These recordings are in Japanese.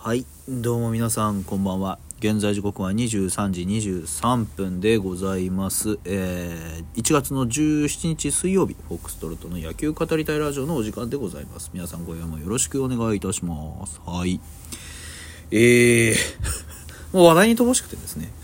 はい、どうも皆さんこんばんは。現在時刻は23時23分でございます。1月の17日水曜日、フォックストロットの野球語りたいラジオのお時間でございます。皆さんご用もよろしくお願いいたします。はい。もう話題に乏しくてですね。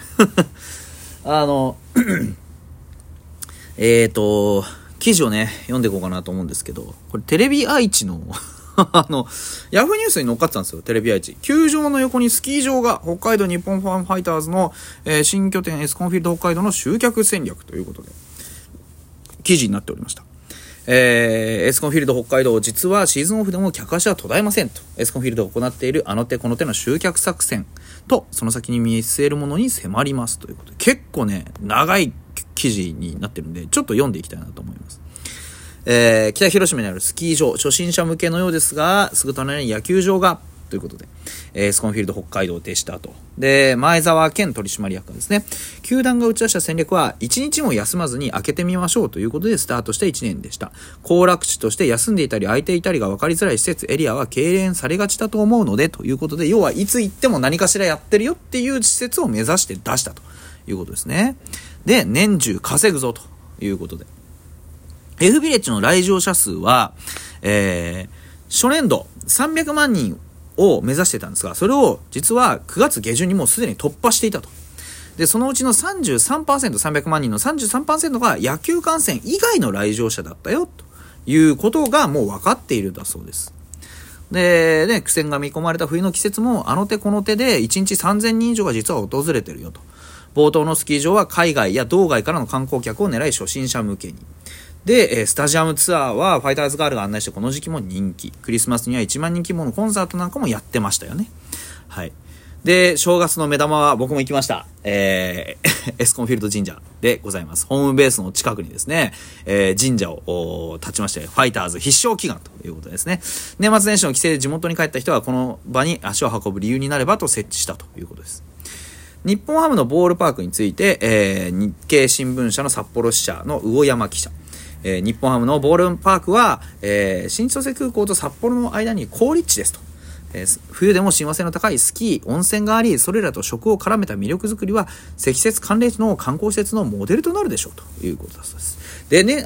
記事をね、読んでいこうかなと思うんですけど、これテレビ愛知のヤフーニュースに載っかってたんですよ、テレビ愛知。球場の横にスキー場が、北海道日本ファイターズの、新拠点エスコンフィールド北海道の集客戦略ということで、記事になっておりました。エスコンフィールド北海道、実はシーズンオフでも客足は途絶えませんと。エスコンフィールドが行っているあの手この手の集客作戦と、その先に見据えるものに迫りますということで、結構ね、長い記事になってるんで、ちょっと読んでいきたいなと思います。北広島にあるスキー場、初心者向けのようですが、すぐ隣に野球場がということで、エスコンフィールド北海道でしたと。で、前澤健取締役がですね、球団が打ち出した戦略は1日も休まずに開けてみましょうということでスタートした1年でした。行楽地として休んでいたり空いていたりが分かりづらい施設エリアは敬遠されがちだと思うのでということで、要はいつ行っても何かしらやってるよっていう施設を目指して出したということですね。で、年中稼ぐぞということで、F ビレッジの来場者数は、初年度300万人を目指してたんですが、それを実は9月下旬にもうすでに突破していたと。で、そのうちの 33%、300万人の 33% が野球観戦以外の来場者だったよということがもう分かっているんだそうです。で、ね、苦戦が見込まれた冬の季節もあの手この手で1日3000人以上が実は訪れてるよと。冒頭のスキー場は海外や道外からの観光客を狙い初心者向けに。で、スタジアムツアーはファイターズガールが案内してこの時期も人気。クリスマスには1万人規模のコンサートなんかもやってましたよね。はい。で、正月の目玉は僕も行きました。エスコンフィールド神社でございます。ホームベースの近くにですね、神社を立ちまして、ファイターズ必勝祈願ということですね。年末年始の帰省で地元に帰った人はこの場に足を運ぶ理由になればと設置したということです。日本ハムのボールパークについて、日経新聞社の札幌支社の魚山記者。日本ハムのボールパークは、新千歳空港と札幌の間に好立地ですと。冬でも親和性の高いスキー、温泉があり、それらと食を絡めた魅力づくりは積雪寒冷地の観光施設のモデルとなるでしょうということだそうです。でね、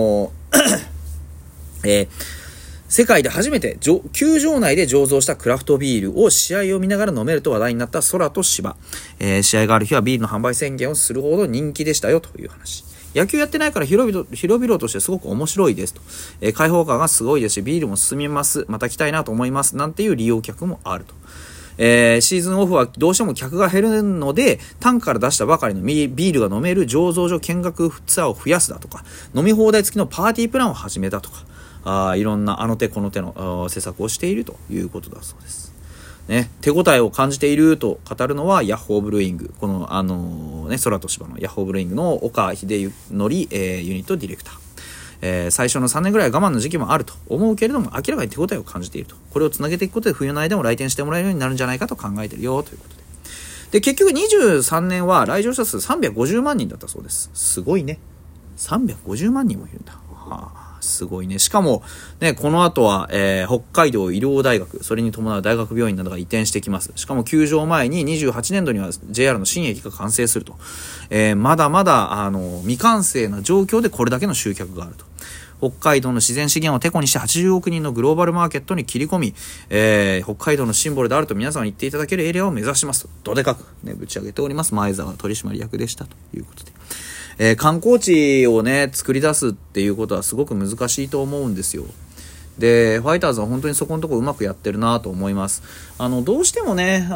世界で初めて球場内で醸造したクラフトビールを試合を見ながら飲めると話題になった空と芝、試合がある日はビールの販売宣言をするほど人気でしたよという話。野球やってないから広々としてすごく面白いですと、開放感がすごいですしビールも進みます、また来たいなと思いますなんていう利用客もあると。シーズンオフはどうしても客が減るので単価から出したばかりのビールが飲める醸造所見学ツアーを増やすだとか、飲み放題付きのパーティープランを始めたとか、いろんなあの手この手の施策をしているということだそうです。ね、手応えを感じていると語るのはヤッホーブルーイング、この空と芝のヤッホーブルーイングの岡秀則、ユニットディレクター。最初の3年ぐらいは我慢の時期もあると思うけれども明らかに手応えを感じていると。これをつなげていくことで冬の間も来店してもらえるようになるんじゃないかと考えているよということで、結局23年は来場者数350万人だったそうです。すごいね。350万人もいるんだ。はあ、すごいね。しかもね、この後は、北海道医療大学、それに伴う大学病院などが移転してきます。しかも球場前に28年度には JR の新駅が完成すると、まだまだ未完成な状況でこれだけの集客があると。北海道の自然資源をテコにして80億人のグローバルマーケットに切り込み、北海道のシンボルであると皆さんに言っていただけるエリアを目指しますと、どでかく、ね、ぶち上げております。前澤取締役でしたということで、観光地をね作り出すっていうことはすごく難しいと思うんですよ。でファイターズは本当にそこのところうまくやってるなと思います。どうしてもね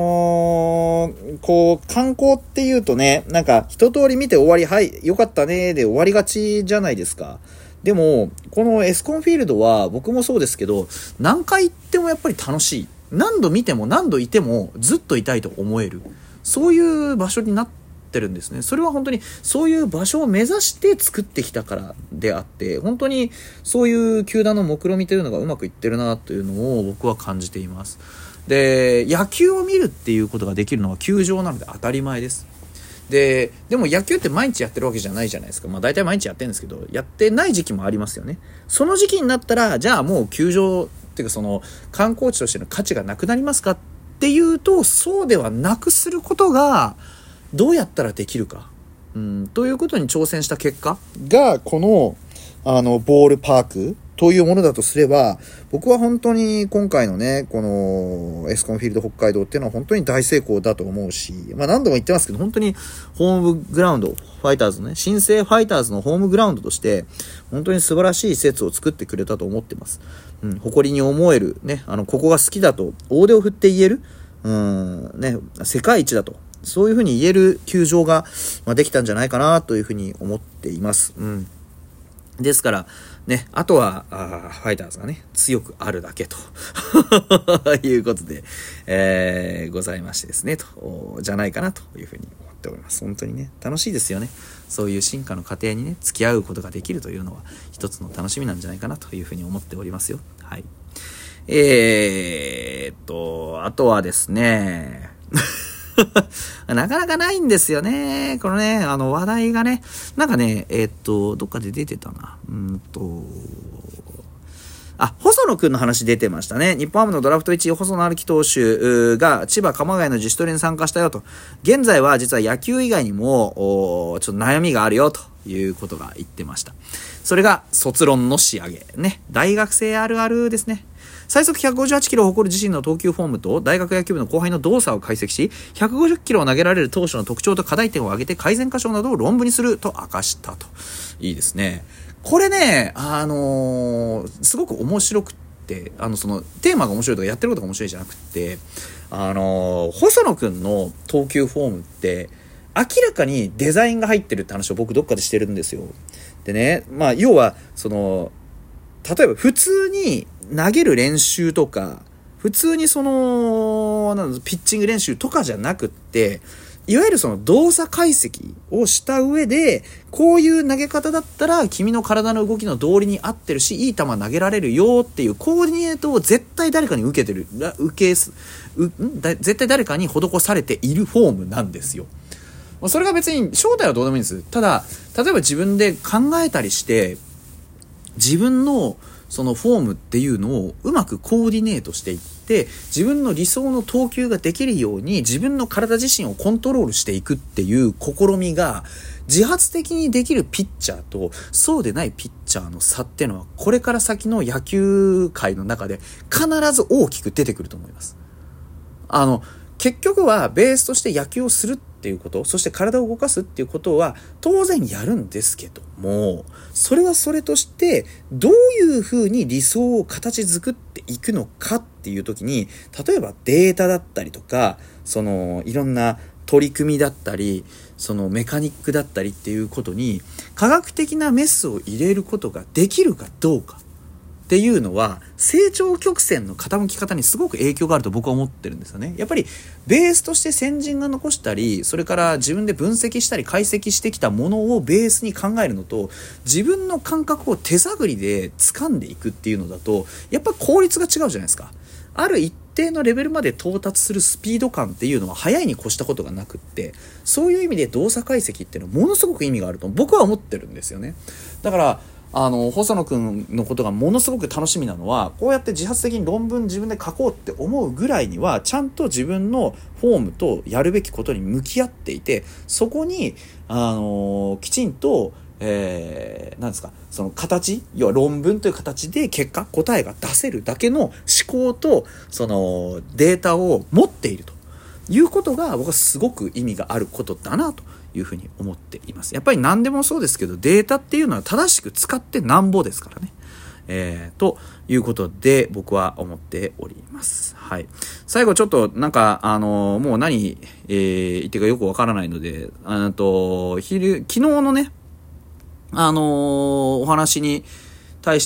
こう観光っていうとね、なんか一通り見て終わり、はいよかったねで終わりがちじゃないですか。でもこのエスコンフィールドは僕もそうですけど、何回行ってもやっぱり楽しい、何度見ても何度いてもずっといたいと思える、そういう場所になってるんですね。それは本当にそういう場所を目指して作ってきたからであって、本当にそういう球団の目論見みというのがうまくいってるなというのを僕は感じています。で野球を見るっていうことができるのは球場なので当たり前です。でも野球って毎日やってるわけじゃないじゃないですか。まあ大体毎日やってるんですけど、やってない時期もありますよね。その時期になったらじゃあもう球場っていうかその観光地としての価値がなくなりますかっっていうと、そうではなくすることがどうやったらできるか、ということに挑戦した結果がこのボールパークというものだとすれば、僕は本当に今回のね、このエスコンフィールド北海道っていうのは本当に大成功だと思うし、何度も言ってますけど、本当にホームグラウンド、ファイターズのね、新生ファイターズのホームグラウンドとして、本当に素晴らしい施設を作ってくれたと思ってます。誇りに思える、ね、ここが好きだと、大手を振って言える、ね、世界一だと、そういうふうに言える球場が、できたんじゃないかなというふうに思っています。ですから、ね、あとはファイターズがね、強くあるだけということで、ございましてですね、じゃないかなというふうに思っております。本当にね、楽しいですよね。そういう進化の過程にね、付き合うことができるというのは、一つの楽しみなんじゃないかなというふうに思っておりますよ。はい。あとはですね、なかなかないんですよね。このね、話題がね、なんかね、どっかで出てたな。細野くんの話出てましたね。日本ハムのドラフト1位、細野晴希投手が千葉鎌ヶ谷の自主トレに参加したよと。現在は実は野球以外にも、ちょっと悩みがあるよということが言ってました。それが卒論の仕上げ。ね。大学生あるあるですね。最速158キロを誇る自身の投球フォームと大学野球部の後輩の動作を解析し、150キロを投げられる投手の特徴と課題点を挙げて改善箇所などを論文にすると明かしたと。いいですね。これね、すごく面白くって、そのテーマが面白いとかやってることが面白いじゃなくって、細野くんの投球フォームって明らかにデザインが入ってるって話を僕どっかでしてるんですよ。でね、要は例えば普通に投げる練習とか、普通にピッチング練習とかじゃなくって、いわゆる動作解析をした上で、こういう投げ方だったら君の体の動きの道理に合ってるし、いい球投げられるよっていうコーディネートを絶対誰かに絶対誰かに施されているフォームなんですよ。それが別に正体はどうでもいいんです。ただ、例えば自分で考えたりして、自分のそのフォームっていうのをうまくコーディネートしていって、自分の理想の投球ができるように自分の体自身をコントロールしていくっていう試みが、自発的にできるピッチャーとそうでないピッチャーの差っていうのは、これから先の野球界の中で必ず大きく出てくると思います。結局はベースとして野球をするっていうこと、そして体を動かすっていうことは当然やるんですけども、それはそれとしてどういうふうに理想を形作っていくのかっていう時に、例えばデータだったりとか、いろんな取り組みだったり、メカニックだったりっていうことに科学的なメスを入れることができるかどうかっていうのは、成長曲線の傾き方にすごく影響があると僕は思ってるんですよね。やっぱりベースとして先人が残したり、それから自分で分析したり解析してきたものをベースに考えるのと、自分の感覚を手探りで掴んでいくっていうのだと、やっぱ効率が違うじゃないですか。ある一定のレベルまで到達するスピード感っていうのは早いに越したことがなくって、そういう意味で動作解析っていうのはものすごく意味があると僕は思ってるんですよね。だから細野くんのことがものすごく楽しみなのは、こうやって自発的に論文自分で書こうって思うぐらいには、ちゃんと自分のフォームとやるべきことに向き合っていて、そこにきちんとなんですか、形、要は論文という形で答えが出せるだけの思考とデータを持っているということが、僕はすごく意味があることだなというふうに思っています。やっぱり何でもそうですけど、データっていうのは正しく使ってなんぼですからね。ということで僕は思っております。はい。最後ちょっともう何、言ってかよくわからないので、昨日のね、お話に対して、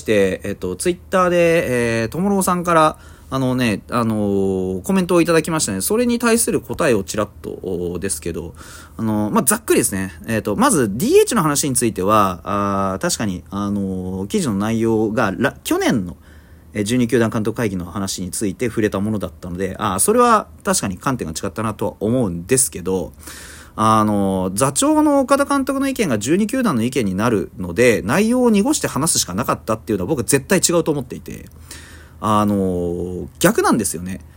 ツイッターで、ともろうさんからコメントをいただきましたね。それに対する答えをちらっとですけど、ざっくりですね。まず DH の話については、確かに、記事の内容が、去年の12球団監督会議の話について触れたものだったので、それは確かに観点が違ったなとは思うんですけど、座長の岡田監督の意見が12球団の意見になるので、内容を濁して話すしかなかったっていうのは僕は絶対違うと思っていて、逆なんですよね。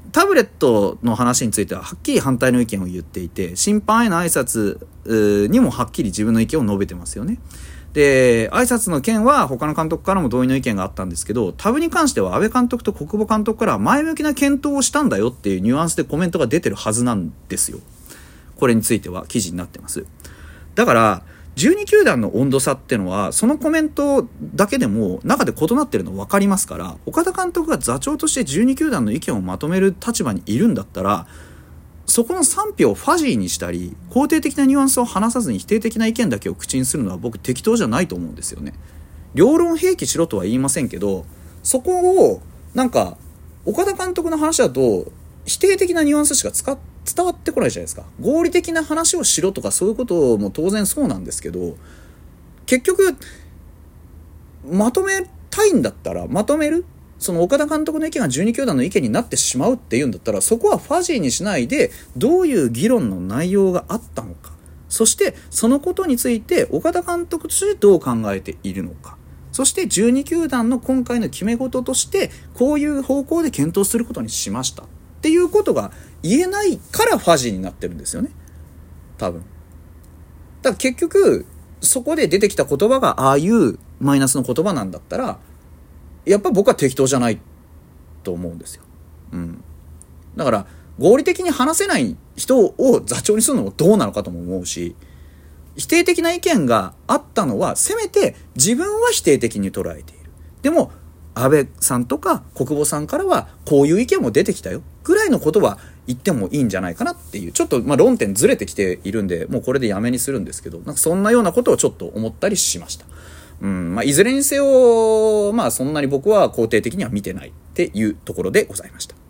タブレットの話についてははっきり反対の意見を言っていて、審判への挨拶にもはっきり自分の意見を述べてますよね。で、挨拶の件は他の監督からも同意の意見があったんですけど、タブに関しては安倍監督と国保監督からは前向きな検討をしたんだよっていうニュアンスでコメントが出てるはずなんですよ。これについては記事になってます。だから12球団の温度差ってのはそのコメントだけでも中で異なってるの分かりますから、岡田監督が座長として12球団の意見をまとめる立場にいるんだったら、そこの賛否をファジーにしたり肯定的なニュアンスを話さずに否定的な意見だけを口にするのは僕適当じゃないと思うんですよね。両論併記しろとは言いませんけど、そこをなんか岡田監督の話だと否定的なニュアンスしか伝わってこないじゃないですか。合理的な話をしろとかそういうことも当然そうなんですけど、結局まとめたいんだったらまとめる、その岡田監督の意見が12球団の意見になってしまうっていうんだったら、そこはファジーにしないでどういう議論の内容があったのか、そしてそのことについて岡田監督としてどう考えているのか、そして12球団の今回の決め事としてこういう方向で検討することにしましたっていうことが言えないからファジーになってるんですよね、多分。だから結局そこで出てきた言葉がああいうマイナスの言葉なんだったら、やっぱ僕は適当じゃないと思うんですよ。だから合理的に話せない人を座長にするのもどうなのかとも思うし、否定的な意見があったのはせめて自分は否定的に捉えている。でも安倍さんとか国保さんからはこういう意見も出てきたよぐらいのことは言ってもいいんじゃないかなっていう、ちょっと論点ずれてきているんでもうこれでやめにするんですけど、なんかそんなようなことをちょっと思ったりしました。いずれにせよそんなに僕は肯定的には見てないっていうところでございました。